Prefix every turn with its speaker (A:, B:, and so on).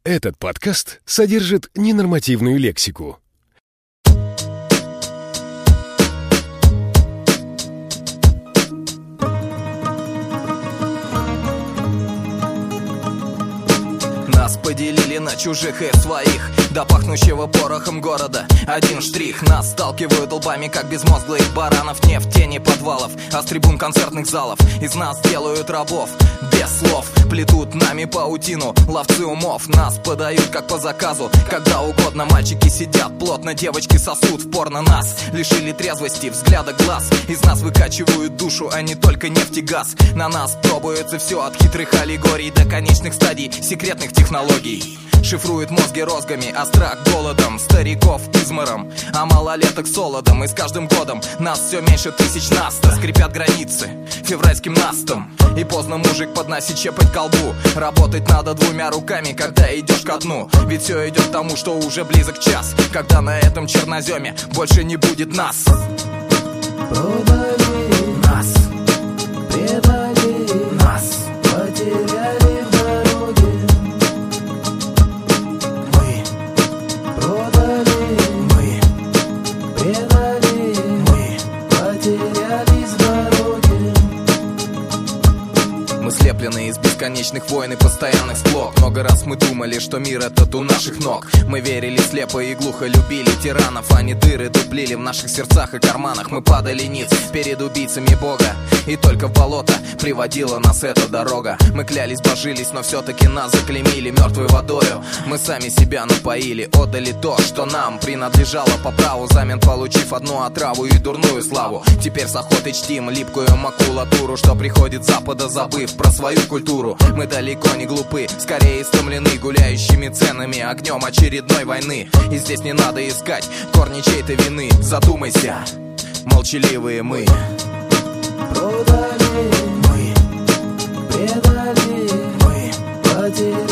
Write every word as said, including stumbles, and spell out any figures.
A: Этот подкаст содержит ненормативную лексику.
B: Нас поделили на чужих и своих, до пахнущего порохом города. Один штрих, нас сталкивают лбами, как безмозглых баранов. Не в тени подвалов, а с трибун концертных залов. Из нас делают рабов, без слов. Плетут нами паутину, ловцы умов. Нас подают как по заказу, когда угодно. Мальчики сидят плотно, девочки сосут в порно. Нас лишили трезвости, взгляда глаз. Из нас выкачивают душу, а не только нефть и газ. На нас пробуется все, от хитрых аллегорий до конечных стадий секретных технологий. Шифруют мозги розгами, а страх голодом, стариков измором, а малолеток солодом. И с каждым годом нас все меньше тысяч наста. Скрипят границы февральским настом, и поздно мужик под нас чепать колбу. Работать надо двумя руками, когда идешь ко дну. Ведь все идет к тому, что уже близок час, когда на этом черноземе больше не будет нас.
C: Продали
B: Нас,
C: предали
B: нас,
C: потеряли в дороге.
B: мы,
C: Продали
B: мы,
C: предали
B: мы.
C: потерялись в дороге.
B: Мы слеплены из бесконечных войн и постоянных склок. Много раз мы думали, что мир этот у наших ног. Мы верили слепо и глухо, любили тиранов. Они дыры дуплили в наших сердцах и карманах. Мы падали ниц перед убийцами Бога, и только в болото приводила нас эта дорога. Мы клялись, божились, но все-таки нас заклеймили мертвой водою. Мы сами себя напоили, отдали то, что нам принадлежало по праву, взамен получив одну отраву и дурную славу. Теперь с охотой чтим липкую макулатуру, что приходит с запада, забыв про свою культуру. Мы далеко не глупы, скорее истомлены гуляющими ценами, огнем очередной войны. И здесь не надо искать корни чьей-то вины. Задумайся, молчаливые мы.
C: Продали
B: Мы,
C: предали
B: мы,
C: потеряли